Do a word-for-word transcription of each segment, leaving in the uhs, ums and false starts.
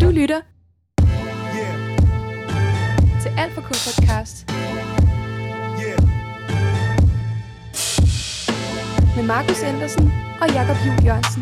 Du lytter til Alt for K podcast med Markus Andersen og Jakob Juhl Jørgensen.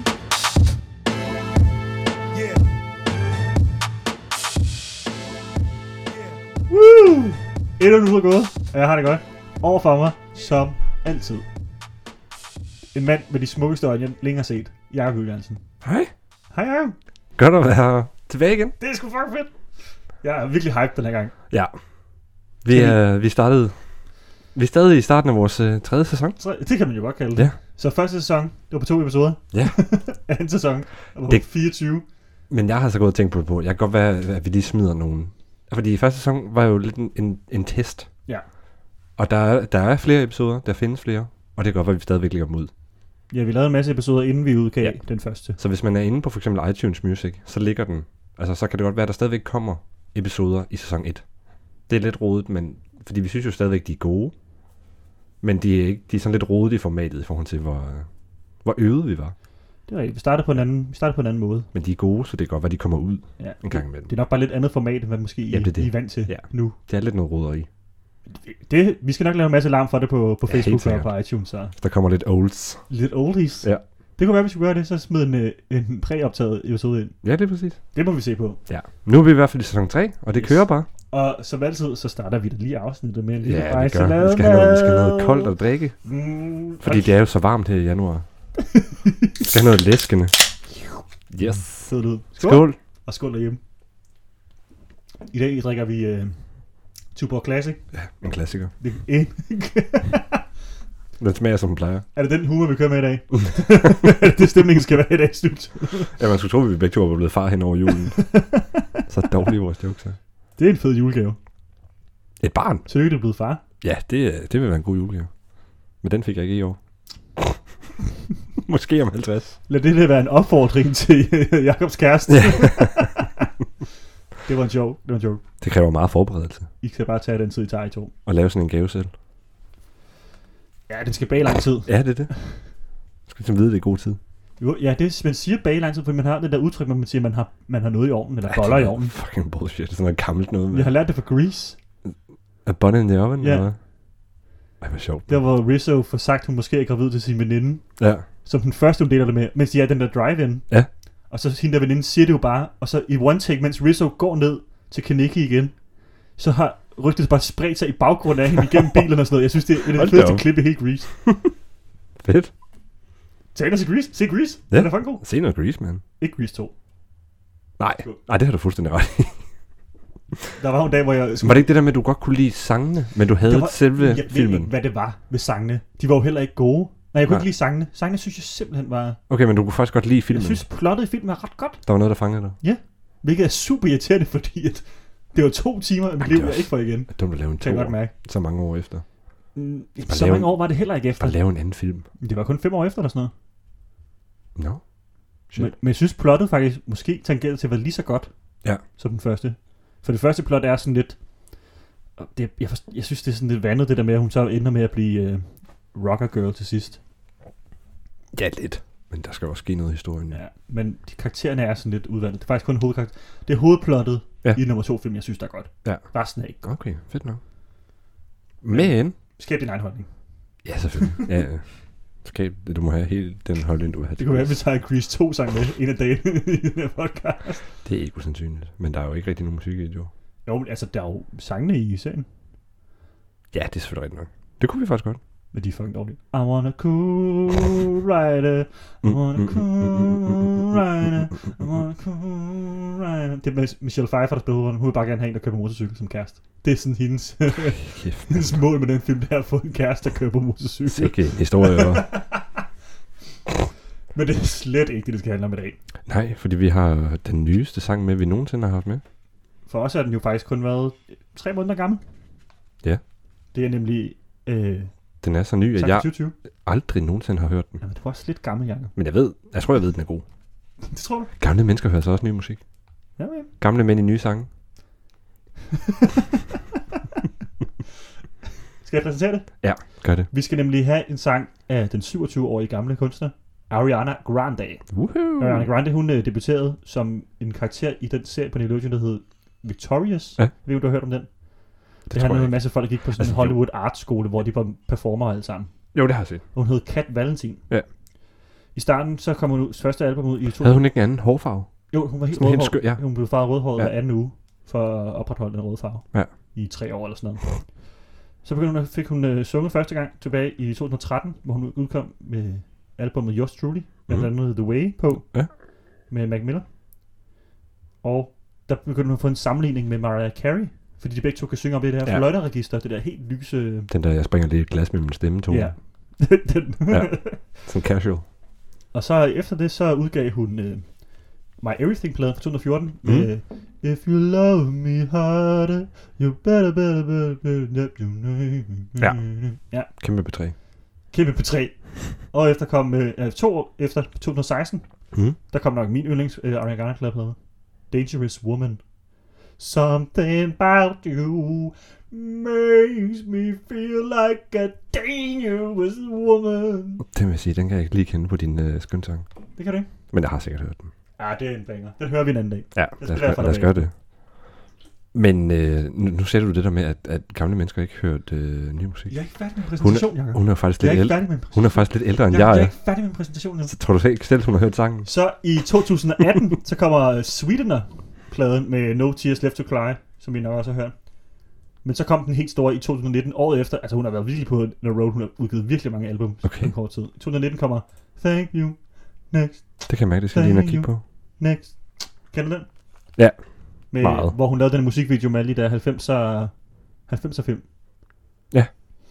Woo! Endnu en uge er gået, og jeg har det godt. Overfor mig, som altid. En mand med de smukkeste øjne, jeg længe har set. Jakob Juhl Jørgensen. Hej. Hej Jakob. Godt at være tilbage igen. Det er sgu fucking fedt. Jeg er virkelig hyped den her gang. Ja. Vi, øh, vi startede... Vi er stadig i starten af vores øh, tredje sæson. Så, det kan man jo godt kalde det. Ja. Så første sæson, det var på to episoder. Ja. Anden sæson, det var på Det- fireogtyve. Men jeg har så gået og tænkt på det på. Jeg kan godt være, at vi lige smider nogen. Fordi første sæson var jo lidt en, en, en test. Ja. Og der er, der er flere episoder. Der findes flere. Og det kan godt være, at vi stadigvæk lægger dem ud. Ja, vi lavede en masse episoder, inden vi udgav Ja. den første. Så hvis man er inde på for eksempel iTunes Music, så ligger den. Altså så kan det godt være, at der stadigvæk kommer episoder i sæson et. Det er lidt rodet, men fordi vi synes jo stadigvæk, de er gode. Men de er, ikke, de er sådan lidt rodet i formatet i forhold til, hvor, hvor øvet vi var. Det er rigtigt. Vi startede på en anden, vi startede på en anden måde. Men de er gode, så det kan godt være, de kommer ud Ja. en gang imellem. Det er nok bare lidt andet format, end hvad måske Ja, det er I, det. I er vant til Ja. nu. Det er lidt noget roderi. Det, vi skal nok lave en masse larm for det på, på Ja, helt Facebook og sikkert. på iTunes. Så. Der kommer lidt olds. Lidt oldies. Ja. Det kunne være, hvis vi gør det, så smid en, øh, en præoptaget episode ind. Ja, det er præcis. Det må vi se på. Ja. Nu er vi i hvert fald i sæson tre, og det Yes. kører bare. Og som altid, så starter vi da lige afsnittet med en lille Ja, det bajs gør. salade Vi skal have noget, vi skal have noget mad. koldt at drikke. Mm, Fordi det er jo så varmt her i januar. Vi skal have noget læskende. Yes. Fed ud. Skål. Skål. Og skål derhjemme. I dag drikker vi uh, Tuborg Classic. Ja, en klassiker. Det, en, Den smager som den plejer. er det den humor, vi kører med i dag? Er det det, stemningen skal være i dag, slut? Ja, man skulle tro, at vi begge to var blevet far hen over julen. Så dårlige vores jokes her. Det er en fed julegave. Et barn? Tillykke, du er blevet far. Ja, det, det vil være en god julegave. Men den fik jeg ikke i år. Måske om halvtreds. Lad det der være en opfordring til Jakobs kæreste. Ja. Det var en joke. Det var en joke. Det kræver meget forberedelse. I kan bare tage den tid, I tager i to. At lave sådan en gave selv. Ja, den skal bage lang tid. Ja, det er det. Jeg skal ligesom vide, det er god tid. Jo, ja, det man siger bage lang tid, fordi man har det der udtryk, hvor man siger, man har, man har noget i ovnen, eller boller i ovnen. Fucking bullshit. Det er sådan noget gammelt noget med. Jeg har lært det fra Grease. A bun in the oven? Ja. Eller hvad? Ej, hvor sjovt. Der hvor Rizzo får sagt, hun måske er gravid til sin veninde, Ja. som den første, hun deler det med, mens de er den der drive-in. Ja. Og så hende der veninde siger det jo bare, og så i one take, mens Rizzo går ned til Kaneki igen, så har rygtet bare spredt sig i baggrunden af hende igennem bilen og sådan noget. Jeg synes, det er Hold det fedeste da op. klip i hele Grease. Fedt. Tag ind og se Grease. Se Grease. Ja. Den er fucking god. Se noget Grease, man. Ikke Grease to. Nej. Nej, det har du fuldstændig ret i. Der var jo en dag, hvor jeg... Var det ikke det der med, at du godt kunne lide sangene, men du havde Det var- selve Jeg ved filmen? ikke, hvad det var ved sangene. De var jo heller ikke gode. Nej, jeg kunne Nej. ikke lide sangene. Sangene synes jeg simpelthen var... Okay, men du kunne faktisk godt lide filmen. Jeg synes, plottet i filmen var ret godt. Der var noget, der fangede dig. Hvilket er super irriterende, fordi at det var to timer af mit Ej, liv, det er jeg også- ikke får igen. Det er dumt at lave en Kan jeg godt to mærke. så mange år efter. Mm, Bare så lave mange en- år var det heller ikke efter. Bare lave en anden film. Det var kun fem år efter eller sådan noget. No. Shit. Men, men jeg synes, plottet faktisk måske tangerede til at være lige så godt Ja. som den første. For det første plot er sådan lidt... og Det, jeg, forst, jeg synes, det er sådan lidt vandet, det der med, at hun så ender med at blive uh, rocker girl til sidst. Ja, lidt. Men der skal også ske noget i historien. Ja, men de karaktererne er sådan lidt udvandet. Det er faktisk kun hovedkarakter. Det er hovedplottet Ja. i nummer to film, jeg synes, der er godt. Ja. Resten er ikke godt. Okay, fedt nok. Men... Skab din egen holdning. Ja, selvfølgelig. ja, ja. Skab, du må have hele den holdning, du vil have. Det kunne være, at vi tager Grease to sang med en af dagene i den her podcast. Det er ikke usandsynligt. Men der er jo ikke rigtig nogen musik i det, jo. Jo, men altså, der er jo sangene i serien. Ja, det er selvfølgelig rigtigt nok. Det kunne vi faktisk godt. Men de er fucking dårlige. I wanna cool rider. I wanna cool rider. I wanna cool rider. Det er med Michelle Pfeiffer, der spiller hovedrollen. Hun vil bare gerne have en, der kører på motorcykel som kæreste. Det er sådan hendes, Kæft. hendes mål med den film, det er at få en kæreste, der kører på motorcykel. Sikke historie. Men det er slet ikke det, det skal handle om i dag. Nej, fordi vi har den nyeste sang med, vi nogensinde har haft med. For os er den jo faktisk kun været tre måneder gammel. Ja. Det er nemlig øh, Den er så ny, at sang fra jeg tyve tyve. aldrig nogensinde har hørt den. Jamen, det var også lidt gammel, Jacob. Men jeg ved, jeg tror, jeg ved, den er god. Det tror du? Gamle mennesker hører så også ny musik. Ja, ja. Gamle mænd i nye sange. Skal jeg præsentere det? Ja, gør det. Vi skal nemlig have en sang af den syvogtyve-årige gamle kunstner, Ariana Grande. Woohoo! Ariana Grande, hun øh, debuterede som en karakter i den serie på Nickelodeon, der hed Victorious. Ja. Ved du, du har hørt om den? Det, det tror handler jeg om en masse folk, der gik på sådan Altså, en Hollywood Art Skole, hvor de var performer alle sammen. Jo, det har jeg set. Og hun hed Kat Valentin. Ja. I starten, så kom hun ud, første album ud i to. Havde hun ikke en anden hårfarve? Jo, hun var helt Sådan helt rødhåret. skør, ja. Hun blev farvet rødhåret Ja. hver anden uge, for at opretholde den røde farve. Ja. I tre år eller sådan noget. Så begyndte hun, fik hun uh, sunget første gang tilbage i to tusind og tretten, hvor hun udkom med albumet Yours Truly, blandt Mhm. andet The Way på, Ja. med Mac Miller. Og der begyndte hun at få en sammenligning med Mariah Carey, fordi de begge to kan synge op i det her Ja. fløjteregister, det der helt lyse... Den der, jeg springer lidt glas med min stemmetone. Ja. den. Ja. Sådan casual. Og så efter det, så udgav hun uh, My Everything-pladen fra to tusind og fjorten. Mm. Med, If you love me harder, you better, better, better, better, better you know. Ja. Ja, Kæmpe betræ. kæmpe på tre. Og efter kom, uh, to år efter to tusind og seksten, Mm. der kom nok min yndlings uh, Ariana Grande-plade. Dangerous Woman. Something about you makes me feel like a dangerous woman. Det vil jeg sige, den kan jeg ikke lige kende på din øh, skønsang. Det kan du ikke? Men jeg har sikkert hørt den. Ah, det er en banger. Den hører vi en anden dag. Ja, Jeg lad os, spiller for lad os dig gøre det. Men øh, nu, nu ser du det der med, at, at gamle mennesker ikke hørt øh, ny musik. Jeg er ikke færdig med en Hun præsentation, er, Jacob. hun er faktisk Jeg er lidt ikke ældre. færdig med en Hun er faktisk lidt ældre end jeg, jeg jeg er er. ikke færdig med en præsentation nu. Så tror du ikke selv, hun har hørt sangen? Så i to tusind og atten, så kommer Sweetener-pladen med No Tears Left to Cry, som vi nok også har hørt. Men så kom den helt store i to tusind og nitten, året efter. Altså hun har været virkelig på the road. Hun har udgivet virkelig mange album Okay. på en kort tid. I to tusind og nitten kommer Thank You, Next, Det kan jeg mærke, det skal jeg lige ind og kigge på. Next. Kender du den? Ja, med, meget. Hvor hun lavede den musikvideo med alle de der halvfemser, halvfemser film. Ja.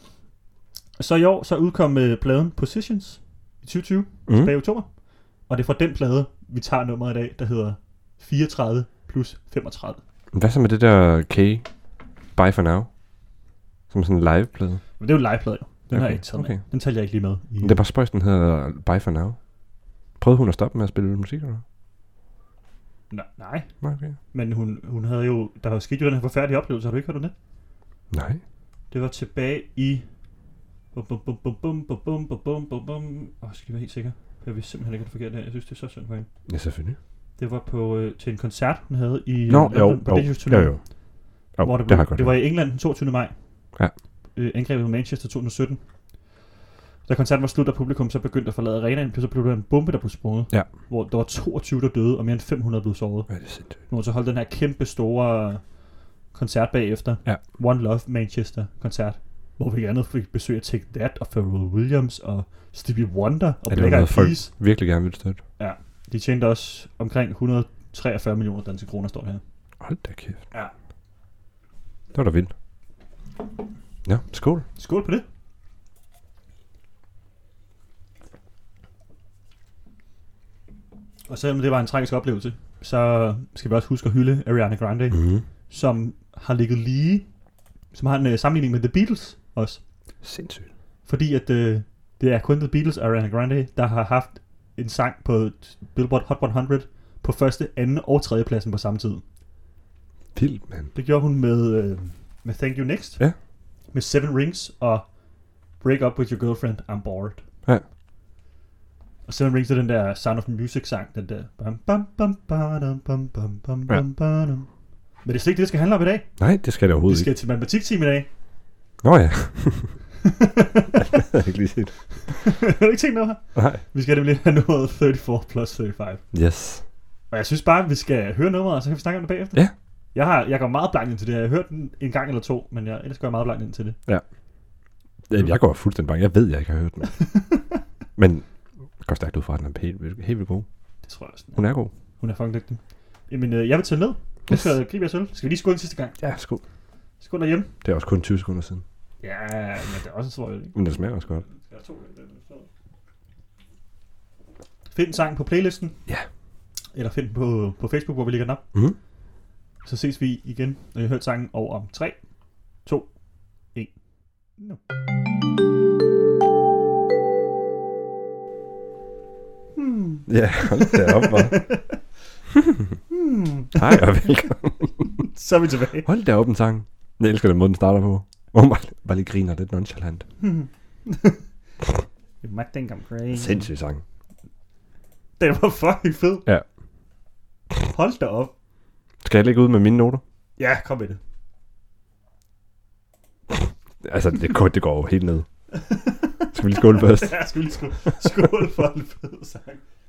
Så i år, så udkom uh, pladen Positions i tyve tyve, Mm. tilbage i oktober. Og det er fra den plade, vi tager nummeret i dag, der hedder fireogtredive plus femogtredive. Hvad så med det der K? Bye for now? Som sådan en live-plade. Men det er jo en liveplade, jo. Den har Okay, jeg ikke taget okay. med. Den tager jeg ikke lige med. I, Men det er bare spøjs, den hedder Bye for now. Prøvede hun at stoppe med at spille musik, eller? Nej, nej. Nej, okay. Men hun, hun havde jo, der var sket jo den her forfærdelige oplevelse. Har du ikke hørt om det? Nej. Det var tilbage i... Bum, bum, bum, bum, bum, bum, bum, bum, bum, bum, bum. Åh, skal jeg være helt sikker? Jeg vil simpelthen ikke have det forkert her. Jeg synes, det er så synd for hende. Ja, selvfølgelig. Det var på, øh, til en koncert, hun havde i... Nå, øh, jo, London, på jo, Dangerous jo, Turné, jo. Jo, hvor det, det blev, har jeg godt det var hørt. i England den toogtyvende maj. Ja. Øh, angrebet på Manchester to tusind og sytten. Da koncerten var slut, og publikum så begyndte at forlade arenaen, så blev der en bombe, der blev sprunget. Ja. Hvor der var toogtyve, der døde, og mere end fem hundrede blev såret. Hvad er det sindssygt? Nu har så holdt den her kæmpe store koncert bagefter. Ja. One Love Manchester koncert. Hvor vi andet fik besøg af Take That og Pharrell Williams og Stevie Wonder og Er det Black noget, Eyed folk Peas. virkelig gerne vil støtte? Ja, de tjente også omkring et hundrede og treogfyrre millioner danske kroner, står det her. Hold da kæft. Ja. Det var da vildt. Ja, skål. Skål på det. Og selvom det var en tragisk oplevelse, så skal vi også huske at hylde Ariana Grande, mm. Mm. som har ligget lige, som har en uh, sammenligning med The Beatles også. Sindssygt. Fordi at uh, det er kun The Beatles og Ariana Grande, der har haft en sang på Billboard Hot hundrede på første, anden og tredje pladsen på samme tid. Vildt, mand. Det gjorde hun med, uh, med Thank You Next, Ja. med Seven Rings og Break Up With Your Girlfriend, I'm Bored. Ja. Og Seven Rings er den der Sound of Music sang, den der bam bam bam badam, bam bam bam bam badam. Men det er slet ikke det, det skal handle om i dag. Nej, det skal det Vi overhovedet skal ikke. til matematikteam i dag. Nå ja. Det har jeg ikke lige set. Har du ikke tænkt noget her? Nej. Vi skal nemlig have nummeret treogfyrre plus femogtredive. Yes. Og jeg synes bare, at vi skal høre nummeret, og så kan vi snakke om det bagefter. Ja. Jeg, har, jeg går meget blankt ind til det her. Jeg har hørt den en gang eller to, men jeg, ellers går jeg meget blankt ind til det. Ja. Jeg går fuldstændig bange. Jeg ved, jeg ikke har hørt den. Men det går stærkt ud fra, at den er helt, vildt- helt vildt god. Det tror jeg også. den er. Hun er god. Hun er fucking dygtig. Jamen, øh, jeg vil tage ned. Nu Yes. skal jeg gribe jeres øl. Skal vi lige skåle en sidste gang? Ja, skål. Skål derhjemme. Det er også kun tyve sekunder siden. Ja, men det er også en svår øl, ikke? Men det smager også godt. Skal jeg to øl, så. Find en sang på playlisten. Ja. Eller find den på, på Facebook, hvor vi ligger den op. Mhm. Så ses vi igen, når I har hørt sangen over om tre, to, et. Nu. Hmm. Ja, hold da op, hva'? Hmm. Hej og velkommen. Så er vi tilbage. Hold da op en sang. Jeg elsker den måde, den starter på. Hvor man bare, bare lige griner lidt nonchalant. Hmm. You might think I'm crazy. Sindssyg sang. Den var fucking fed. Ja. Hold da op. Skal jeg lægge ud med mine noter? Ja, kom med det. Altså, det går, det går jo helt ned. Skal vi lige skåle først? Ja, skal vi lige skåle, skåle for en fed sang.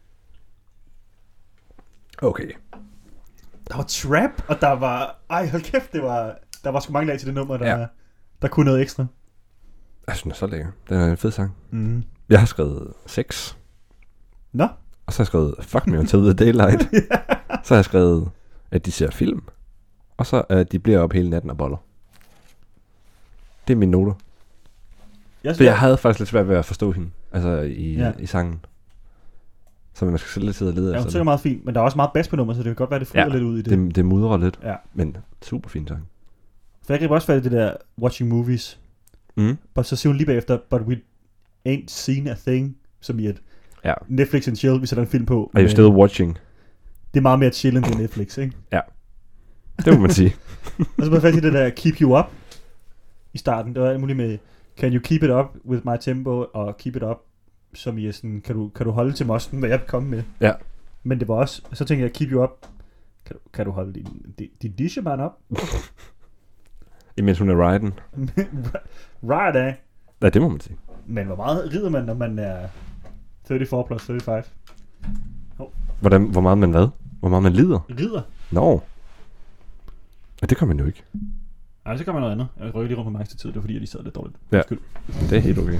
Okay. Der var trap, og der var... Ej, hold kæft, det var... Der var sgu mange lag til det nummer, der, Ja. der kunne noget ekstra. Jeg synes, den er så lækker. Den er en fed sang. Mm. Jeg har skrevet sex. Nå? Og så har jeg skrevet fuck me until the daylight. Så har jeg skrevet, at de ser film. Og så at de bliver op hele natten og boller. Det er mine noter. Jeg, For jeg havde faktisk lidt svært ved at forstå hende. Altså i, Ja. i sangen. Så man skal selv lidt sidde og lede Ja, hun efter synger det. meget fint, men der er også meget bass på nummer, så det kan godt være, det flyder Ja, lidt ud i det. Det, det mudrer lidt. Ja. Men super fin sang. For jeg greb også fat i det der watching movies. Mm. Og så siger hun lige bagefter, but we ain't seen a thing, som i et Ja. Netflix and chill, vi sætter en film på. Are you Men still watching? det er meget mere chill end det Netflix, ikke? Det må man sige. Og så var jeg fat i det der keep you up i starten. Det var alt muligt med, can you keep it up with my tempo, og keep it up, som i sådan, kan du, kan du holde til mosten, hvad jeg vil komme med. Ja. Men det var også, så tænkte jeg, keep you up, kan du, kan du holde din, din, din dishemand op? Imens hun er riding. Right af. Ja, det må man sige. Men hvor meget rider man, når man er thirty-four plus thirty-five? Hvordan, hvor meget man hvad? Hvor meget man lider? Rider? Nå. Ja, det kan man jo ikke. Nej, så kan man noget andet. Jeg rykker lige rundt på Max til tid, det er fordi, jeg lige sad lidt dårligt. Ja. Undskyld. Det er helt okay.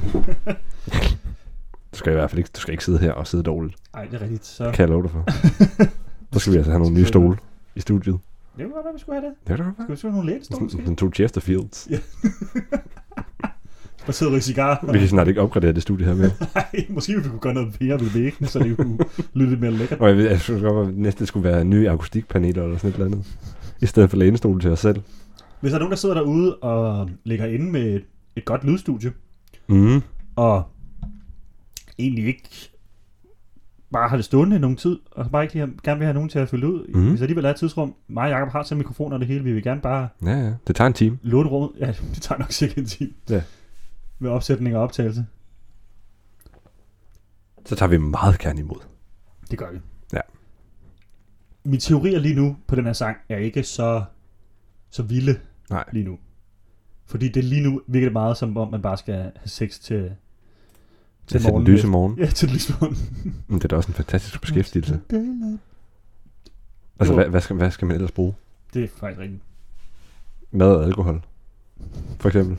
Du skal i hvert fald ikke, du skal ikke sidde her og sidde dårligt. Nej, det er rigtigt. Så... Kan jeg love dig for. Så skal vi altså have nogle nye stole i studiet. Det kunne godt være, vi skulle have det. Det kan da godt være. Skal vi have nogle lægestole, måske? Den to Chesterfields. Ja. Og sidder og cigar. Vi kan snart ikke opgradere det studie her med. Nej, måske vi kunne gøre noget mere ved væggene, så det kunne lyde lidt mere lækkert. Og jeg, ved, jeg synes godt, at næste skulle være nye akustikpaneler eller sådan et eller andet. I stedet for lænestol til os selv. Hvis der er nogen, der sidder derude og ligger inde med et, et godt lydstudie, Mm. og egentlig ikke bare har det stående i nogen tid, og bare ikke lige har, gerne vil have nogen til at fylde ud. Mhm. Hvis alligevel er et tidsrum, mig og Jacob har til mikrofoner og det hele, vi vil gerne bare Ja, ja. Det tager en time. låne rummet. Ja, det tager nok cirka en time. Ja. Med opsætning og optagelse. Så tager vi meget gerne imod. Det gør vi. Ja. Mine teorier lige nu på den her sang er ikke så, så vilde Nej. lige nu. Fordi det lige nu virker det meget som om, man bare skal have sex til, til Til den morgen. lyse morgen. Ja, til den lyse morgen. Men det er da også en fantastisk beskæftigelse. Altså, hvad, hvad, skal, hvad skal man ellers bruge? Det er faktisk rigtigt. Mad og alkohol. For eksempel.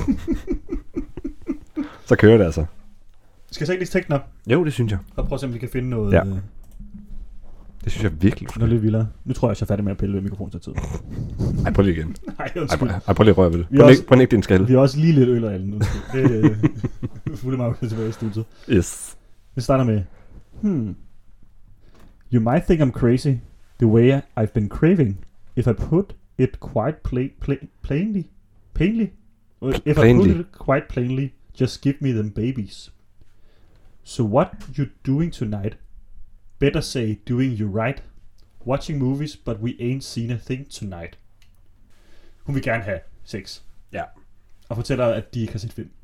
Så kører det altså. Skal jeg så ikke lige teksten op? Jo, det synes jeg. Og prøve at se, om vi kan finde noget, Ja. øh, Det synes jeg virkelig, du skal. noget lidt vildere. Nu tror jeg, jeg er færdig med at pille ved mikrofonen til tid. Ej, prøv lige igen. Nej, Ej, undskyld. prøv, ej, prøv lige at røre ved det. Vi Prøv er lige, også- prøv lige din skalle. Vi har også lige lidt øl og alle. Undskyld. Det er øh, fuldt meget tilbage i studiet. Yes. Vi starter med, hmm. You might think I'm crazy, the way I've been craving. If I put it quite pla- pla- plainly, plainly, if plainly. I put it quite plainly, just give me them babies. So what you doing tonight? Better say doing you right. Watching movies, but we ain't seen a thing tonight. Hun vil gerne have sex. Ja. Og fortæller, at de ikke har set film.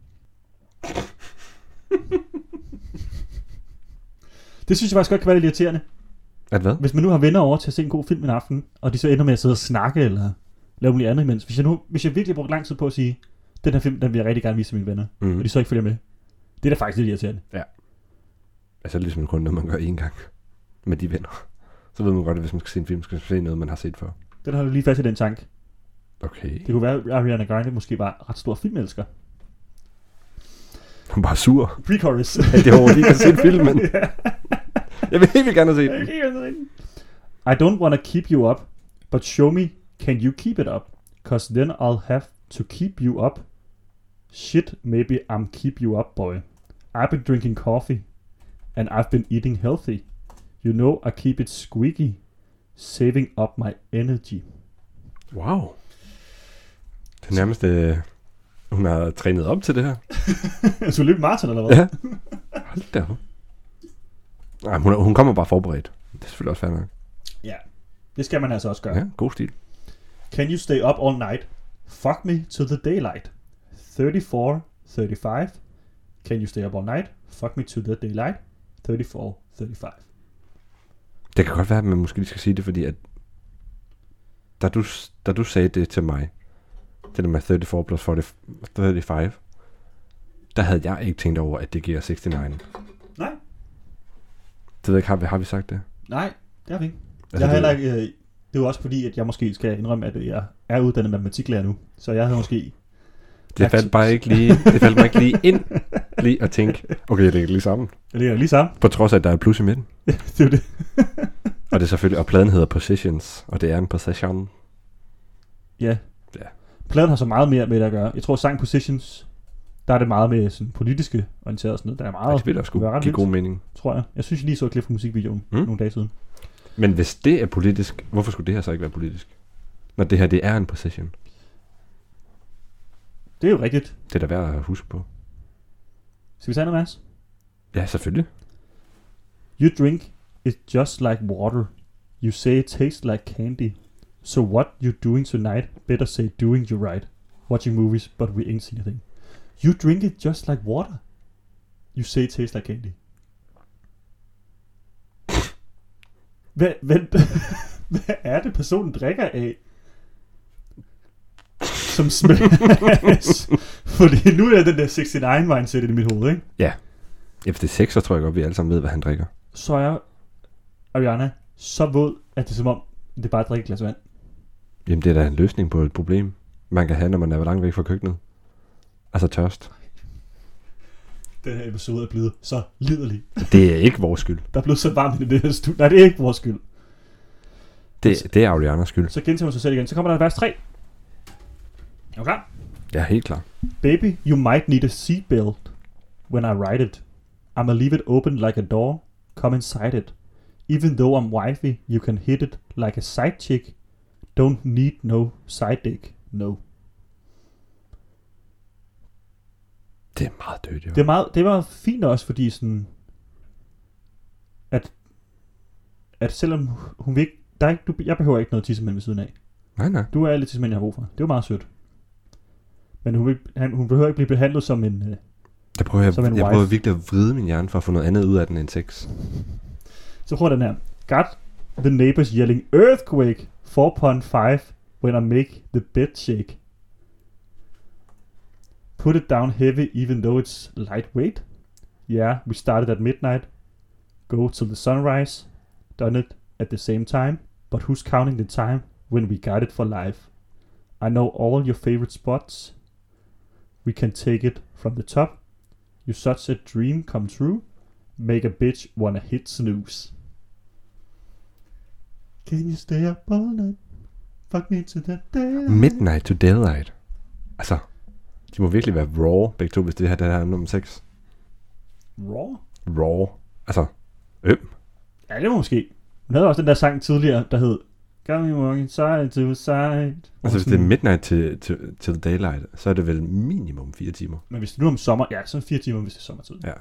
Det synes jeg faktisk godt kan være lidt irriterende. At hvad? Hvis man nu har venner over til at se en god film en aften, og de så ender med at sidde og snakke, eller lave noget andet imens. Hvis jeg, nu, hvis jeg virkelig har brugt lang tid på at sige, den her film, den vil jeg rigtig gerne vise til mine venner, Mm. og de så ikke følger med. Det er da faktisk lidt irriterende. Altså, det er ligesom kun noget, man gør én gang. Med de venner. Så ved man godt, at hvis man skal se en film, skal man se noget, man har set før. Den har du lige fast i den tank. Okay. Det kunne være, at Ariana Grande måske var ret stor filmelsker. Hun er bare sur. Pre-chorus. Ja, det var lige kan se filmen. Jeg vil helt vildt gerne se den. I don't wanna keep you up, but show me, can you keep it up? Cause then I'll have to keep you up. Shit, maybe I'm keep you up, boy. I've been drinking coffee, and I've been eating healthy. You know I keep it squeaky, saving up my energy. Wow. Det er nærmest, øh, hun har trænet op til det her. Så løb maraton eller hvad? Ja. Hold da op. Nej, hun, er- hun kommer bare forberedt. Det er selvfølgelig også fair nok. Ja. Det skal man altså også gøre. Ja, god stil. Can you stay up all night? Fuck me to the daylight. thirty-four, thirty-five. Can you stay up all night? Fuck me to the daylight. treogtredive, femogtredive. Det kan godt være, at man måske lige skal sige det, fordi at da du, da du sagde det til mig, det der med treogtredive plus fyrre, treogtredive, der havde jeg ikke tænkt over, at det giver seksogtres. Nej. Det ved jeg ikke, har vi, har vi sagt det? Nej, det har vi ikke. Altså, jeg har det- heller ikke, øh, det er jo også fordi, at jeg måske skal indrømme, at jeg er uddannet matematiklærer nu. Så jeg havde måske... Det faldt bare ikke lige, det faldt mig ikke lige ind, lige at tænke, okay, det er lige sammen. Jeg ligger lige sammen. På trods af, at der er et plus i midten. Det er jo det. Og det er selvfølgelig, og pladen hedder Positions, og det er en position. Ja. Ja. Pladen har så meget mere med det at gøre. Jeg tror, sang Positions, der er det meget med sådan politiske orienteret og sådan noget. Der er meget... Og det vil da sgu være ret give vildt, god mening. tror jeg. Jeg synes, jeg lige så et klip fra musikvideoen Mm. nogle dage siden. Men hvis det er politisk, hvorfor skulle det her så ikke være politisk? Når det her, det er en position. Det er jo rigtigt. Det er da værd at huske på. Skal vi tage noget, Mads? Ja, selvfølgelig. You drink it just like water. You say it tastes like candy. So what you doing tonight? Better say doing you right. Watching movies, but we ain't seen a thing. You drink it just like water. You say it tastes like candy. Hvad, hvad, hvad er det, personen drikker af? Som smags. Fordi nu er den der seksogtres mindset i mit hoved, ikke? Efter det seks, så tror jeg godt, vi alle sammen ved, hvad han drikker. Så er jeg, Ariana, så våd, at det er som om, det er bare at drikke et glas vand. Jamen, det er da en løsning på et problem, man kan have, når man er langt væk fra køkkenet. Altså tørst. Den her episode er blevet så liderlig. Det er ikke vores skyld. Der er blevet så varmt i det her studie. Nej, det er ikke vores skyld. Det, det er Arianas skyld. Så gentager man sig selv igen. Så kommer der vers tre. Er du klar? Jeg er helt klar. Baby, you might need a seatbelt when I ride it. I'ma leave it open like a door. Come inside it. Even though I'm wifey, you can hit it like a side chick. Don't need no side dick. No. Det er meget dødt, jo. Det er meget, det var fint også, fordi sådan, at, at selvom hun vil ikke, der er ikke, du, jeg behøver ikke noget tissemænd ved siden af. Nej, nej. Du er alle tissemænd, jeg har brug for. Det er jo meget sødt. Men hun, vil, han, hun behøver ikke blive behandlet som en, øh, Jeg prøver, jeg, Som en jeg wife. prøver virkelig at vride min hjerne for at få noget andet ud af den end sex. så prøv den her. Got the neighbors yelling earthquake four point five when I make the bed shake. Put it down heavy even though it's lightweight. Yeah, we started at midnight. Go till the sunrise. Done it at the same time. But who's counting the time when we got it for life? I know all your favorite spots. We can take it from the top. You such a dream come true. Make a bitch wanna hit snooze. Can you stay up all night? Fuck me to the day. Midnight to daylight. Altså, de må virkelig være raw, begge to, hvis det her, det her er nummer seks. Raw? Raw. Altså, øm. Ja, det var måske. Hun havde også den der sang tidligere, der hed Got me walking side to side. Altså, hvis det er midnight til, til, til daylight, så er det vel minimum fire timer. Men hvis det nu er om sommer, ja, så er det fire timer, hvis det er sommertid. Ja.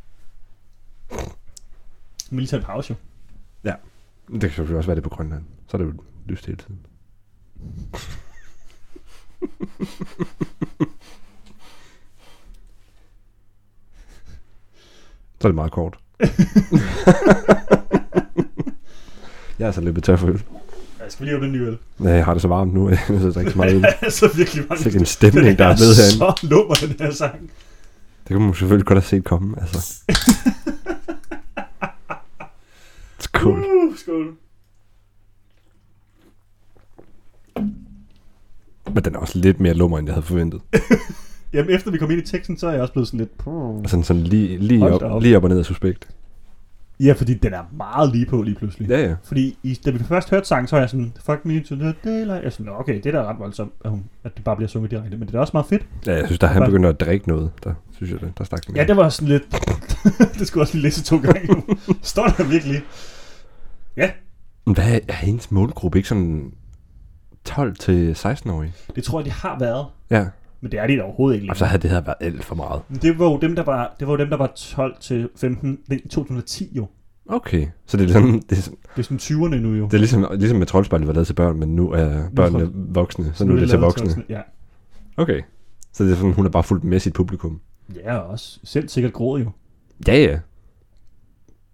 Man lige tage en pause jo. Det kan selvfølgelig også være det på Grønland. Så er det jo lyst hele tiden. Så er det meget kort. Jeg er så løbet tør for øl. Ja, skal vi lige åbne en ny øl? Nej, jeg har det så varmt nu, at jeg synes, ikke så meget øl. altså virkelig mange. Sikke en stemning, der er med herinde. så lummer den her sang. Det kunne man selvfølgelig godt have set komme, altså. Skål. Uh, skål. Men den er også lidt mere lummer, end jeg havde forventet. Jamen efter vi kom ind i teksten, så er jeg også blevet sådan lidt... Og sådan, sådan lige, lige, Hold op, da op. lige op og ned af suspekt. Ja, fordi den er meget lige på lige pludselig. Ja, ja. Fordi i, da vi først hørte sangen, så var jeg sådan, fuck me to the daylight. Jeg sådan, okay, det er da ret voldsomt, at, hun, at det bare bliver sunget direkte. Men det er også meget fedt. Ja, jeg synes, da han begynder at drikke noget, der synes jeg, det, der stak den. Ja, det var sådan lidt... det skulle også lige læse to gange. Står der virkelig? Ja. Men hvad er, er hendes målgruppe ikke sådan tolv til seksten-årige? Det tror jeg, de har været. Ja. Men det er de da overhovedet ikke. Og så havde det her været alt for meget. Men det var jo dem, der var, det var jo dem, der var tolv til femten i to tusind og ti jo. Okay, så det er sådan, det er, sådan, Det er sådan tyverne nu jo. det er ligesom, ligesom med Troldspejlet var lavet til børn, men nu er børnene voksne, så nu er det til lavet voksne. voksne. Ja. Okay, så det er sådan, hun er bare fuldt med sit publikum. Ja, og også selv sikkert gråd jo. Ja, ja.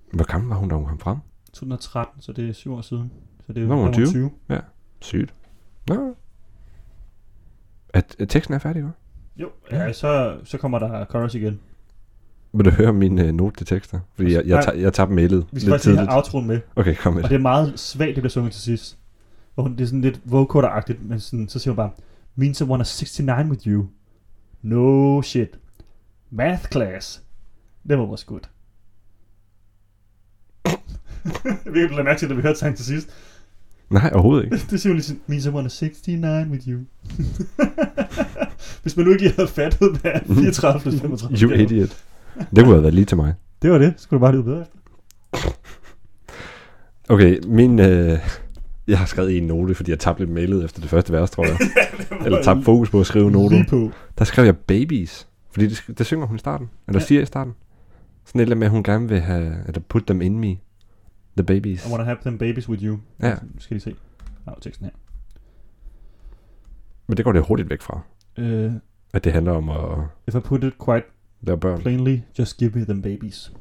Hvor gammel var hun, da hun kom frem? to tusind og tretten, så det er syv år siden. Så det er Nå, hun er der var tyve. Ja, sygt. Nå. At, at teksten er færdig, hva'? Jo, ja, så, så kommer der chorus igen. Vil du høre min øh, note til tekster? Fordi jeg, jeg, jeg, jeg tabte mailet Vi skal lidt faktisk lige tidligt. have outroen med. Okay, kom med Og det. det er meget svagt, det bliver sunget til sidst. Hvor hun, det er sådan lidt vocoder-agtigt, men sådan, så siger hun bare, means I wanna sixty-nine with you. No shit. Math class. Never was good. Vi kan lade mærke til, at vi hørte sangen til sidst. Nej, overhovedet ikke. Det siger hun lige sådan, means I wanna sixty-nine with you. Hvis man nu ikke lige havde fattet, hvad fireogtredive plus femogtredive. You idiot. Det kunne have været lige til mig. Det var det. Skulle du bare lyde bedre efter. Okay, min... Øh, jeg har skrevet en note, fordi jeg tabte lidt mailet efter det første vers, tror jeg. Eller tabte fokus på at skrive noter. Lige på. Der skrev jeg babies. Fordi det, det synger hun i starten. Eller Ja. siger i starten. Sådan et eller andet med, at hun gerne vil have... Eller put them in me. The babies. I wanna have them babies with you. Ja. Nu skal I se. Nå, teksten her. Men det går det hurtigt væk fra. Uh, At det handler om at if I put it quite lave børn. plainly, just give me them babies.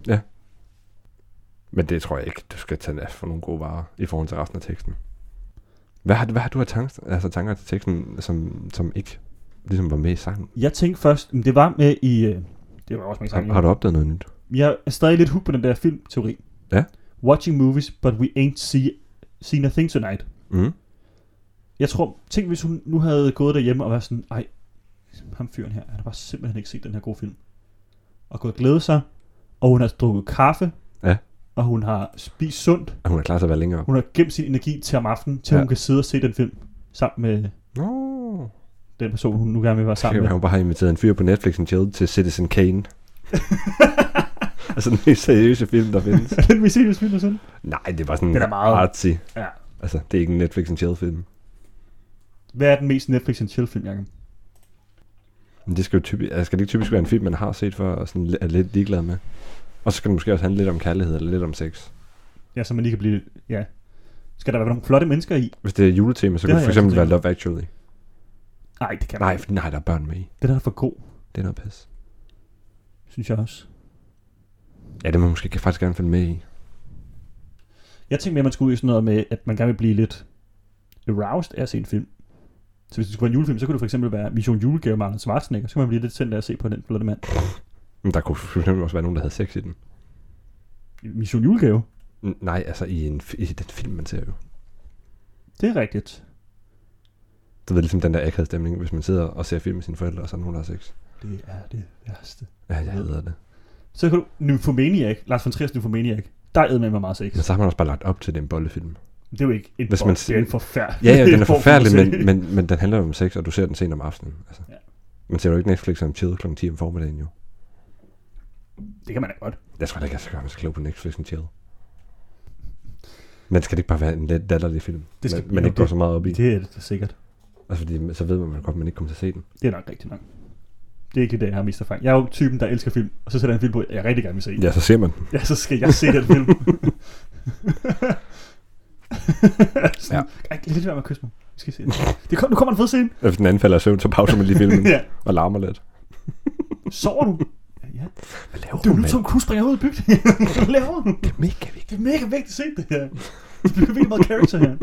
Men det tror jeg ikke, du skal tage af for nogle gode varer i forhold til resten af teksten. Hvad har, hvad har du af tanker, altså tanker til teksten, som, som ikke ligesom var med i sangen? Jeg tænkte først, men det var med i... Uh, det var også med i Har, sangen. har du opdaget noget nyt? Jeg er stadig lidt hooked på den der filmteori. Ja. Watching movies, but we ain't see, seen a thing tonight. Mm. Jeg tror, tænk hvis hun nu havde gået derhjemme og været sådan, ej, ham fyren her, han har bare simpelthen ikke set den her gode film. Og gået og glædet sig, og hun har drukket kaffe, Ja. og hun har spist sundt. Og hun er klar til at være længere. Hun har gemt sin energi til om aftenen, til Ja. hun kan sidde og se den film, sammen med Nå. den person, hun nu gerne vil være Så sammen kan med. hun bare have inviteret en fyr på Netflix and chill til Citizen Kane. Altså den mest seriøse film, der findes. Er den, vi ser, hvis vi er sådan? Nej, det var sådan Den er meget- artsy. Ja. Altså, det er ikke en Netflix and chill film. Hvad er den mest Netflix and chill film, Jacob? Men det skal jo typisk, altså, skal det ikke typisk være en film, man har set før og sådan er lidt ligeglad med. Og så skal det måske også handle lidt om kærlighed eller lidt om sex. Ja, så man lige kan blive... Ja. Skal der være nogle flotte mennesker i? Hvis det er juletema, så Det kunne har det for jeg eksempel også være tænkt. Love Actually. Nej, det kan Nej, man for nej, der er børn med i. ikke. Det der er for god, Det er noget pis. synes jeg også. Ja, det må man måske faktisk gerne følge med i. Jeg tænkte mere, at man skulle ud i sådan noget med, at man gerne vil blive lidt aroused af at se en film. Så hvis det skulle være en julefilm, så kunne det for eksempel være Mission Julegave med Arnold Schwarzenegger. Så kunne man blive lidt tændt af at se på den flotte mand. Men der kunne for eksempel også være nogen, der havde sex i den. Mission Julegave? N- nej, altså i, en, i den film, man ser jo. Det er rigtigt. Det er ligesom den der akavede stemning, hvis man sidder og ser film med sine forældre, og så er der nogen, der har sex. Det er det værste. Ja, jeg hader det. Så kan du... Nymphomaniac. Lars von Triers Nymphomaniac. Der er med mig meget sex. Men så har man også bare lagt op til den bollefilm. Det er jo ikke en Hvis bold, man det er en forfærdelig... Ja, ja, den er form for forfærdelig, musik. men, men, men den handler jo om sex, og du ser den sent om aftenen. Altså. Ja. Man ser jo ikke Netflix om chill klokken ti om formiddagen jo. Det kan man da godt. Jeg tror da ikke, jeg skal gøre, man skal på Netflix og chill. Men skal det ikke bare være en lidt datterlig film? Det skal- man, man jo, ikke går det- så meget op i. Det er det da sikkert. Altså, fordi så ved man vel godt, at man ikke kommer til at se den. Det er nok rigtigt nok. Det er ikke det, jeg har mest erfaring. Jeg er jo typen, der elsker film, og så sætter jeg en film på, jeg rigtig gerne vil se. Ja, så ser man den. Ja, så skal jeg se den film. Sådan, ja. Lidt være med at kysse mig. Vi skal se den. Det kom, nu kommer en fed scene. Hvis den anden falder i søvn, så pauser man lige filmen Ja. og larmer lidt. Sover du? Ja. Hvad laver Du er du, nu mand? Tom Cruise springer ud i bygningen. Hvad laver du? Det er mega vigtigt. Det er mega vigtigt at se det her. Det bliver virkelig meget character her.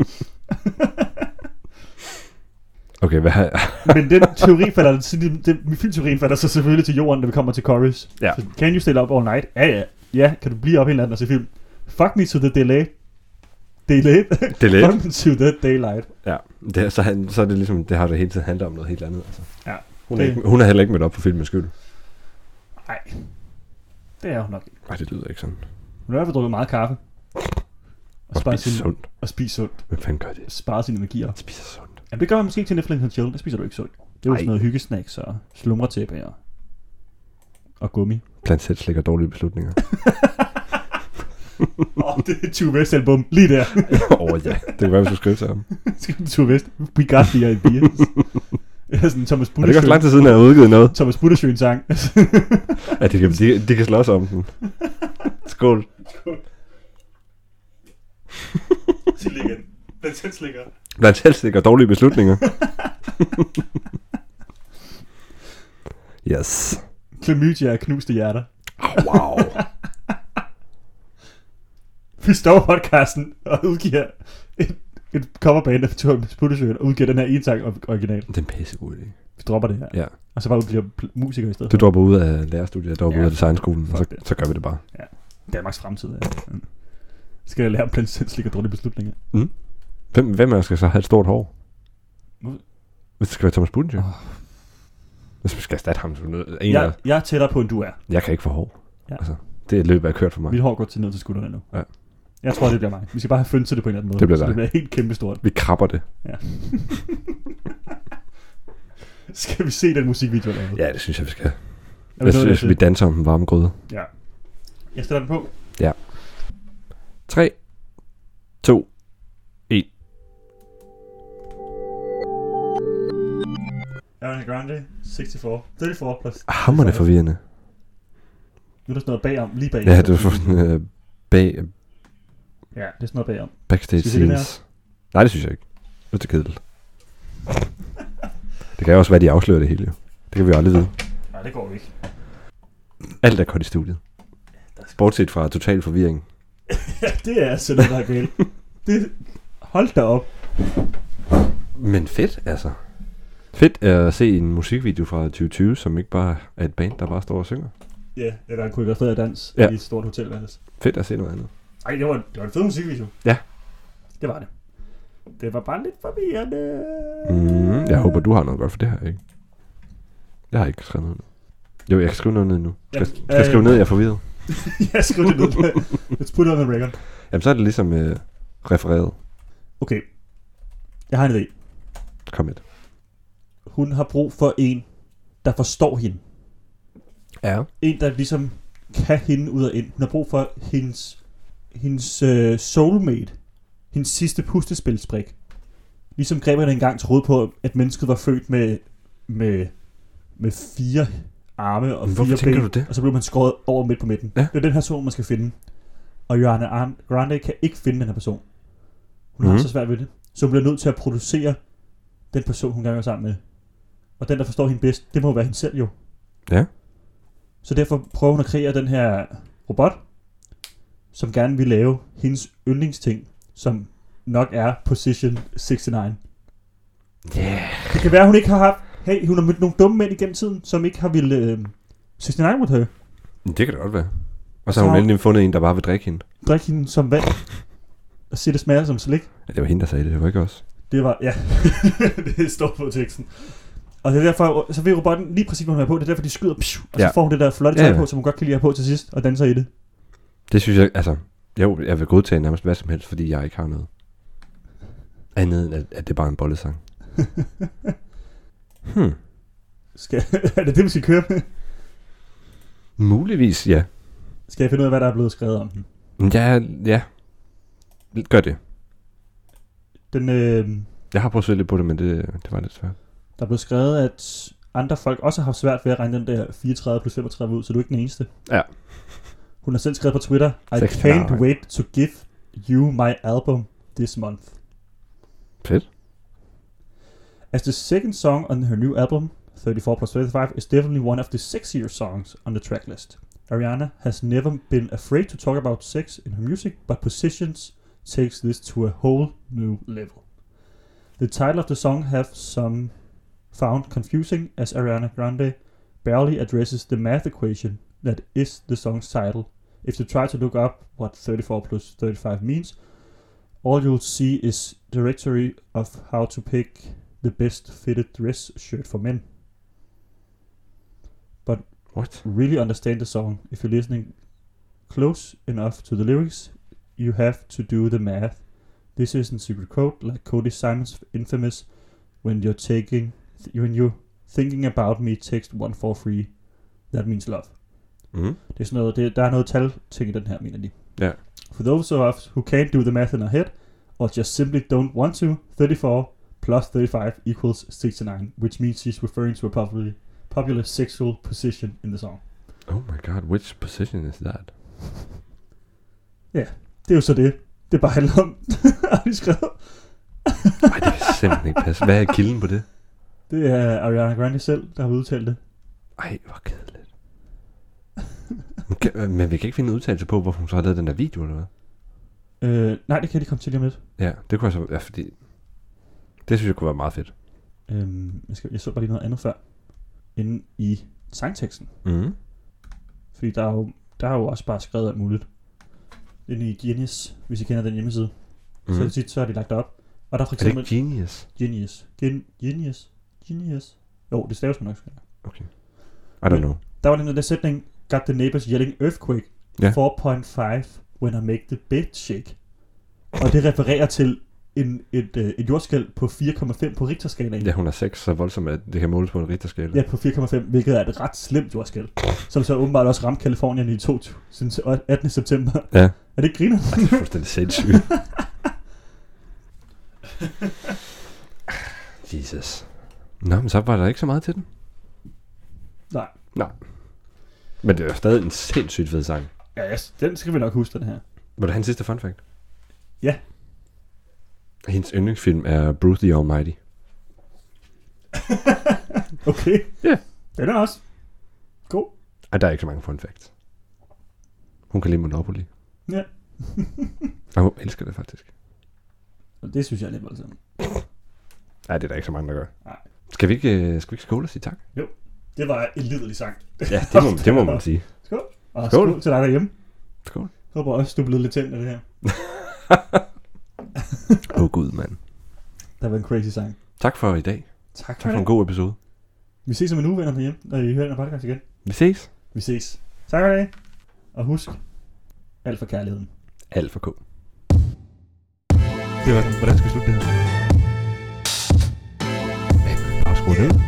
Okay, hvad har Men den teori falder, det, det, min filmteorien falder så selvfølgelig til jorden, når vi kommer til chorus. Ja. Så, can you stay up all night? Ja, ja. Ja, kan du blive op hele natten og se film? Fuck me to the delay. Delay. Delay. Fuck me to the daylight. Ja, det er, så, han, så er det ligesom, det har det hele tiden handlet om noget helt andet. Altså. Ja. Hun, er Det- ikke, hun er heller ikke mødt op på filmens skyld. Nej, det er hun nok ikke. Nej, det lyder ikke sådan. Hun har i hvert fald drukket meget kaffe. Og Og sparet spise sin, sundt. og spise sundt. Hvem fanden gør det? Sparet sin energi op. Spiser sundt. Jamen, det gør man måske ikke til Netflix and chill. Det spiser du ikke sundt. Det er jo Ej. sådan noget hyggesnacks og slumretæppe og, og gummi. Blandt selv slikker dårlige beslutninger. Åh, oh, det er Tue West album. Lige der. Åh oh, ja, det kan være, vi skulle skrive til ham. Skal du Tue West? We got the ideas. Det er sådan Thomas Og det er ikke også lang Buddersjøen. tid siden, at jeg har udgivet noget. Thomas Buddersjøen sang. Ja, de kan, de, de kan slås om den. Skål. Sig lige igen. Den selv slikker. Blandt selv slikker dårlige beslutninger. Yes. Klamydia og knuste hjerter. Oh, wow. vi står på podcasten og udgiver et, et coverband af Thomas Puttesøen og udgiver den her ene sang original. Det er en pissegod idé. Vi dropper det her. Ja. Og så bare udgiver pl- musikere i stedet. Du dropper ud af lærerstudiet, jeg dropper Ja. ud af designskolen, og så, Fuck det. så gør vi det bare. Ja. Danmarks fremtid. Ja. Skal jeg lære om plan selvslik og dårlige beslutninger? Hvem, hvem af os skal så have et stort hår? Nu- Hvis det skal være Thomas Puttensøen. Åh. Hvis vi skal erstatte ham som noget. En Jeg, af, jeg er tættere på, end du er. jeg kan ikke få hår. Ja. Altså, det er et løb, jeg har kørt for mig. Mit hår går til ned til skuldrene nu. Ja. Jeg tror, det bliver mig. Vi skal bare have fønt til det på en eller anden måde. Det bliver så dig. det bliver helt kæmpe stort. Vi krabber det. Ja. Skal vi se den musikvideo, der er lavet? Ja, det synes jeg, vi skal. Er Jeg det noget, synes, der vi er danser om den varme gryde. Ja. Jeg stiller den på. tre, to, et. Ariana Grande, seksogfyrre. treogfyrre plus. Hammerne forvirrende. Nu er der sådan noget bagom, lige bag. Ja, det var sådan uh, bag, Ja, det er sådan noget bagom. backstage Skal vi se det scenes. Nej, det synes jeg ikke. Det er kedeligt. Det kan jo også være, de afslører det hele, jo. Det kan vi jo aldrig vide. Nej, det går ikke. Alt er godt i studiet. Bortset fra total forvirring. Ja, det er altså noget, der er galt. Det, hold da op. Men fedt, altså. Fedt at se en musikvideo fra tyve tyve, som ikke bare er et band, der bare står og synger. Ja, det er en koreograferet dans Ja. i et stort hotelværelse. Fedt at se noget andet. Ej, det var, det var en fed musikvideo. Ja. Det var det. Det var bare lidt forvirrende. Mm, jeg håber, du har noget godt for det her, ikke? Jeg har ikke skrevet noget ned. Jo, jeg kan skrive noget ned nu. Skal, Ja, skal jeg skrive øh, ned, jeg er forvirret? Jeg skriver det ned. Let's put it on the record. Jamen, så er det ligesom øh, refereret. Okay. Jeg har en idé. Kom med. Hun har brug for en, der forstår hende. Ja. En, der ligesom kan hende ud og ind. Hun har brug for hendes, hendes uh, soulmate. Hendes sidste puslespilsbrik. Ligesom grækerne engang troede på, at mennesket var født med, med, med fire arme og Men hvorfor fire tænker ben. du det? Og så blev man skåret over midt på midten. Ja. Det er den her person, man skal finde. Og Ariana Grande kan ikke finde den her person. Hun mm-hmm. Mhm. har så svært ved det. Så hun bliver nødt til at producere den person, hun gerne vil sammen med. Og den, der forstår hende bedst, det må være hende selv jo. Ja. Så derfor prøver hun at kreere den her robot, som gerne vil lave hendes yndlingsting, som nok er Position seksogtyve. Yeah. Det kan være, at hun ikke har haft... Hey, hun har mødt nogle dumme mænd igennem tiden, som ikke har ville øh, seksogtyve with her. Det kan det godt være. Og så Så har hun har- endelig fundet en, der bare vil drikke hende. Drikke hende som vand. Og sige, det smager som slik. Ja, det var hende, der sagde det. Det var ikke os. Det var... Ja, det står på teksten. Og det er derfor, så ved robotten lige præcis, hvad hun er på. Det er derfor, de skyder, pshu, og Ja. så får hun det der flotte Ja, tøj ja. på, som hun godt kan lide at have på til sidst, og danser i det. Det synes jeg, altså... Jo, jeg vil godtage nærmest hvad som helst, fordi jeg ikke har noget. Andet end, at, at det er bare en bollesang. hmm. Skal, er det det, vi skal køre med? Muligvis, ja. Skal jeg finde ud af, hvad der er blevet skrevet om den? Ja, ja. Gør det. Den, øh, Jeg har prøvet at søge lidt på det, men det, det var lidt svært. der er blevet skrevet, at andre folk også har haft svært ved at regne den der fireogtredive plus femogtredive ud, så du er ikke den eneste. Ja. Hun har selv skrevet på Twitter, I seksogtredive. can't wait to give you my album this month. Fedt. As the second song on her new album, thirty-four plus thirty-five, is definitely one of the sexier songs on the tracklist. Ariana has never been afraid to talk about sex in her music, but Positions takes this to a whole new level. The title of the song have some found confusing, as Ariana Grande barely addresses the math equation that is the song's title. If you try to look up what thirty-four plus thirty-five means, all you'll see is directory of how to pick the best fitted dress shirt for men. But What? really understand the song. If you're listening close enough to the lyrics, you have to do the math. This isn't secret code like Cody Simon's infamous when you're taking th- when you're thinking about me text one four three. That means love. Mm. Det er sådan noget, det, der er noget tal ting i den her, mener de. Ja. For those of us who can't do the math in our head, or just simply don't want to, thirty-four plus thirty-five equals sixty-nine, which means she's referring to a popular, popular sexual position in the song. Oh my god, which position is that? Det er jo så det. Det bare handler om, har de skrevet. Ej, det kan simpelthen ikke passe. Hvad er kilden på det? Det er Ariana Grande selv, der har udtalt det. Ej, hvor kedeligt. Men, kan, men vi kan ikke finde en udtalelse på, hvorfor hun så har lavet den der video, eller hvad? Øh, nej, det kan de komme til lige om lidt. Ja, det kunne jeg så... Ja, fordi... Det synes jeg kunne være meget fedt. Øhm, jeg, skal, jeg så bare lige noget andet før. Inde i sangteksten. Mm. Fordi der er, jo, der er jo også bare skrevet alt muligt. Inde i Genius, hvis I kender den hjemmeside. Mm. Så, tit, så har de lagt det op. Og der er for Er det eksempel... ikke Genius? Genius. Gen, Genius. Genius. Jo, det staves man nok. Okay. I don't know. Der var den der sætning, got the neighbors yelling earthquake. Ja. fire komma fem when I make the bed shake. Og det refererer til en, et, øh, et jordskælv på fire komma fem på Richterskalaen. Ja, hun er seks, så voldsomt, at det kan måles på en Richterskala. Ja, på fire komma fem, hvilket er et ret slemt jordskælv. Som så åbenbart også ramte Kalifornien i to tusind attende september. Ja. Er det ikke griner? Det er fuldstændig sindssygt. Jesus. Nå, men så var der ikke så meget til den. Nej. Nej. Men det er stadig en sindssygt fed sang. Ja, yes, den skal vi nok huske, den her. Var det hans sidste fun fact? Ja. Hendes yndlingsfilm er Bruce the Almighty. Okay. Ja. Yeah. Den er også god. Ej, der er ikke så mange fun facts. Hun kan lide Monopoly. Ja. Og hun elsker det faktisk. Og det synes jeg er lidt voldsomt. Nej, det er der ikke så mange, der gør. Nej. Skal vi ikke, skal vi ikke skåle og sige tak? Jo. Det var en lidelig sang. Ja, det må, det må man sige. Skål. Og Skål. skål til dig derhjemme. Skål. Jeg håber også, du er blevet lidt tændt af det her. Åh oh, gud, mand. Der var en crazy sang. Tak for i dag. Tak for, Tak for en god episode. Vi ses om en uge, venner derhjemme, når I hører den podcast igen. Vi ses. Vi ses. Tak for det. Og husk, alt for kærligheden. Alt for K. Det var den. Hvordan skal vi slutte det her? Bare skru ned.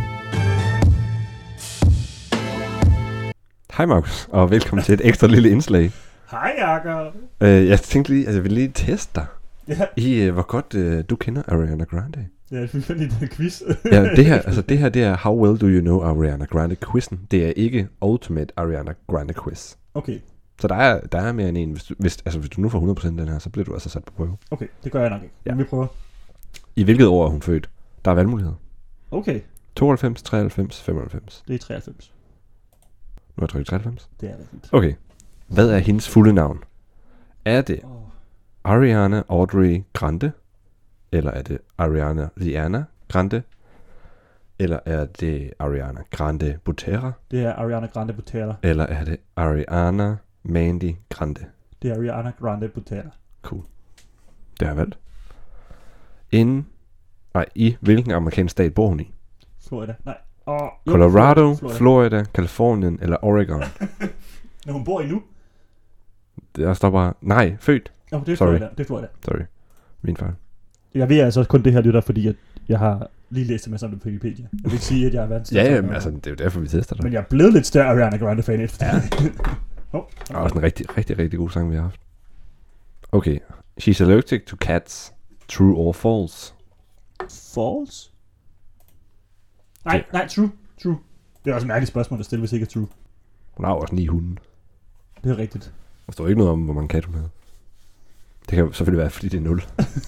Hej Markus, og velkommen til et ekstra lille indslag. Hej Jakob. Uh, jeg tænkte lige, altså jeg vil lige teste dig Ja, i, uh, hvor godt uh, du kender Ariana Grande. ja jeg fik lige den quiz. Ja, det her, altså det her, det er How Well Do You Know Ariana Grande quizzen. Det er ikke Ultimate Ariana Grande quiz. Okay, Så der er, der er mere end en. Hvis du, hvis, altså hvis du nu får hundrede procent den her, så bliver du altså sat på prøve. okay, det gør jeg nok ikke. Ja. Ja. Men vi prøver. I hvilket år er hun født? Der er valgmuligheder. Okay, tooghalvfems, treoghalvfems, femoghalvfems. det er treoghalvfems. Nu har jeg trykket treoghalvfems. Det er rigtigt. Okay. Hvad er hendes fulde navn? Er det Oh. Ariana Audrey Grande? Eller er det Ariana Liana Grande? Eller er det Ariana Grande Butera? Det er Ariana Grande Butera. Eller er det Ariana Mandy Grande? Det er Ariana Grande Butera. Cool. Det har jeg valgt. Inden, nej, i hvilken amerikansk stat bor hun i? Florida. Nej. Oh, jo, Colorado, Florida. Florida, Californien eller Oregon? Når hun bor i nu? Der står bare, nej, født. Oh, det er Sorry. Florida. Det er Florida. Sorry. Min fejl. Jeg ved altså kun det her lytter, fordi jeg, jeg har lige læst det med sammen på Wikipedia. Jeg vil ikke sige, at jeg er verdens Ja, største jamen, Ariana. altså, det er jo derfor, vi tester dig. Men jeg er blevet lidt større Ariana Grande fan efter. Ja. oh, Det er også en rigtig, rigtig, rigtig god sang, vi har haft. Okay. She's allergic to cats. True or false? False? Nej, nej, true. True. Det er også et mærkeligt spørgsmål at stille, hvis ikke er true. Hun har jo også ni hunde. Det er rigtigt. Der står ikke noget om, hvor mange kat hun havde. Det kan jo selvfølgelig være, fordi det er nul.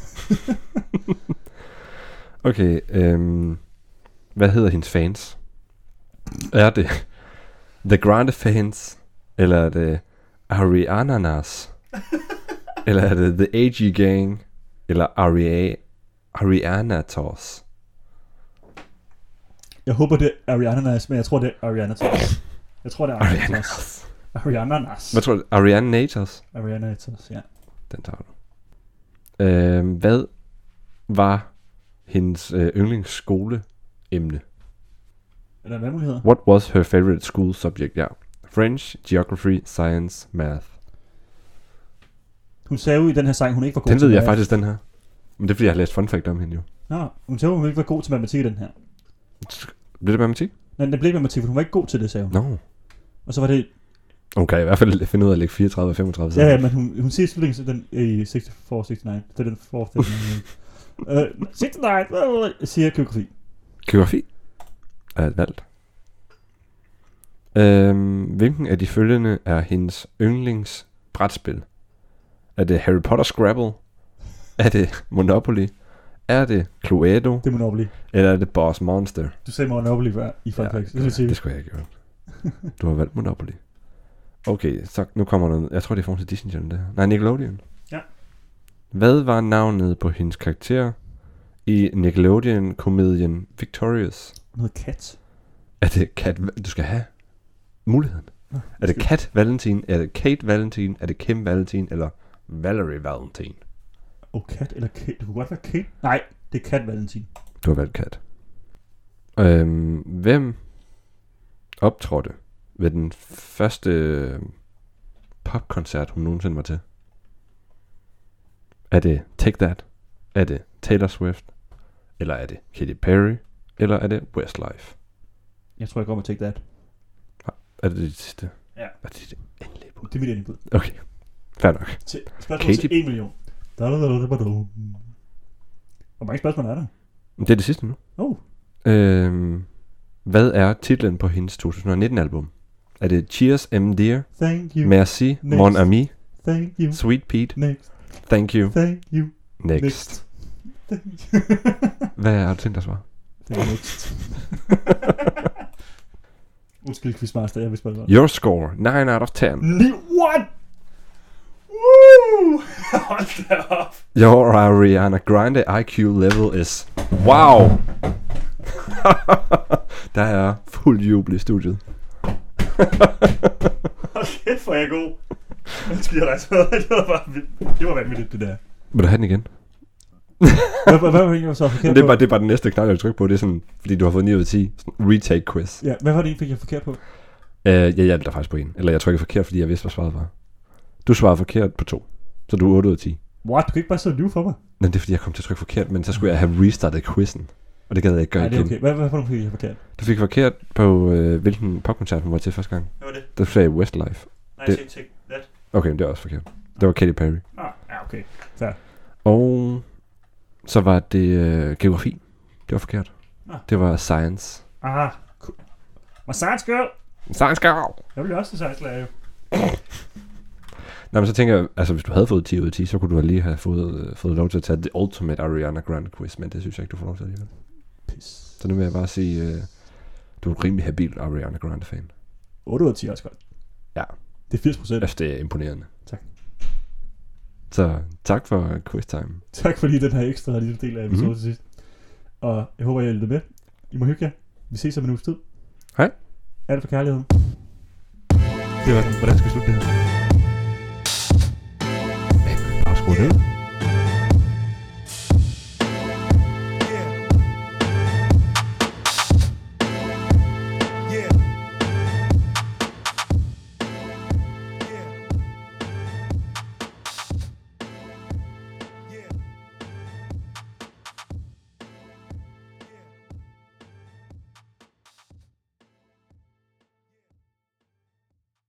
Okay. Øhm, hvad hedder hendes fans? Er det The Grande fans? Eller er det Ariananas? Eller er det The A G Gang? Eller Aria Arianatos? Jeg håber, det er Ariana Nas, men jeg tror, det er Ariana Nas. Jeg tror, det er Ariana Nas. Ariananas. Ariana Nas. Hvad tror du? Arianatos? Ariana Nas, ja. Den tager du. Øhm, hvad var hendes øh, yndlingsskoleemne? Er der hvad muligheder? What was her favorite school subject? Ja. French, geography, science, math. Hun sagde jo i den her sang, hun ikke var god Den til ved jeg math. faktisk, den her. Men det er fordi, jeg har læst fun fact om hende jo. Nå, hun sagde, hun ikke var god til matematik i den her. Blev det matematik? Nej, det blev ikke matematik, for hun var ikke god til det, sagde hun. Nå. No. Og så var det... Hun kan i hvert fald finde ud af at lægge fireogtredive og femogtredive. Ja, ja, men hun, hun siger i slutningen den i seksogfyrre seksogtres. Det er den fourth. uh, seksogtres, uh, siger geografi. Geografi er et valgt. Øhm, hvilken af de følgende er hendes yndlingsbrætspil? Er det Harry Potter Scrabble? Er det Monopoly? Er det Cluedo? Det er Monopoly. Eller er det Boss Monster? Du sagde Monopoly før i Fun Facts. Ja, det skulle jeg have gjort. Du har valgt Monopoly. Okay, så nu kommer der... Jeg tror, det er forhold til Disney Channel, det her. Nej, Nickelodeon. Ja. Hvad var navnet på hendes karakter i Nickelodeon-komedien Victorious? Noget kat. Er det Kat... Du skal have muligheden. Nå, Er det Kat Valentine? Er det Kate Valentine? Er det Kim Valentine? Eller Valerie Valentine? Oh, kat eller Kate. Det kunne godt være Kate. Nej, det er Kat Valentin. Du har valgt Kat. Øhm, hvem optrådte ved den første øh, popkoncert, hun nogensinde var til? Er det Take That? Er det Taylor Swift? Eller er det Katy Perry? Eller er det Westlife? Jeg tror, jeg går med Take That. Er det det sidste? Ja. Er det det endelige bud? Det er mit endelige bud. Okay, fair nok. Til, spørgsmål Katy- til en million. Da, da, da, da, da, da. Hvor mange spørgsmål er der? Det er det sidste nu. Oh. Øhm, hvad er titlen på hendes to tusind nitten album? Er det Cheers, M. Dear? Thank you. Merci, Next. Mon Ami? Thank you. Sweet Pete? Next. Thank you. Thank you. Next. Next. Thank you. Hvad er du tænkt dig at svare? Det er next. Undskyld, quizmaster, jeg vil spørge dig. Your score, nine out of ten. Lige, what? Woo! Hold da op. Your Ariana Grande I Q level is... Wow! Der er fuld jubel i studiet. Hold kæft, hvor er jeg god. Undskyld, jeg rejser med. Det var bare vildt. Det var vanvittigt, det der. Vil du have den igen? Hvad, hvad, hvad var det, jeg var så forkert Det er, på? bare, det er bare den næste knap, jeg vil trykke på. Det er sådan, fordi du har fået ni ud af ti. Sådan retake quiz. Ja, hvad var det, fik jeg forkert på? Uh, jeg hjalp dig faktisk på en. Eller jeg trykkede forkert, fordi jeg vidste, hvad svaret var. Du svarede forkert på to. Så du er otte ud af ti. What? Du kan ikke bare sidde og lyve for mig? Men det er fordi, jeg kom til at trykke forkert, men så skulle jeg have restartet quizzen. Og det gad jeg ikke gøre Nej, det er igen. okay. Hvad, hvad for nogle fik jeg forkert? Du fik forkert på, øh, hvilken popkoncert hun var til første gang. Hvad var det? Der sagde Westlife. Nej, Det- take, take that. Okay, det er også forkert. Det var Katy Perry. Ah, ja, okay. Fair. Og så var det øh, geografi. Det var forkert. Ah. Det var science. Aha. Cool. Og science girl. Science girl! Jeg ville også til science lærer jo. Nå, men så tænker jeg, altså hvis du havde fået ti ud af ti, så kunne du lige have fået, øh, fået lov til at tage The Ultimate Ariana Grande Quiz, men det synes jeg ikke, du får lov til alligevel. Pis. Så nu vil jeg bare sige, øh, du er en rimelig habil Ariana Grande fan. otte ud af ti er også godt. Ja. Det er firs procent. Altså, det er imponerende. Tak. Så tak for quiz time. Tak fordi den her ekstra lille del af episoden Mhm. til sidst. Og jeg håber, jeg lyttede med. I må hygge jer. Vi ses om en uges tid. Hej. Alt for kærligheden. Det var den. Hvordan skal vi slutte det her? Afskru det.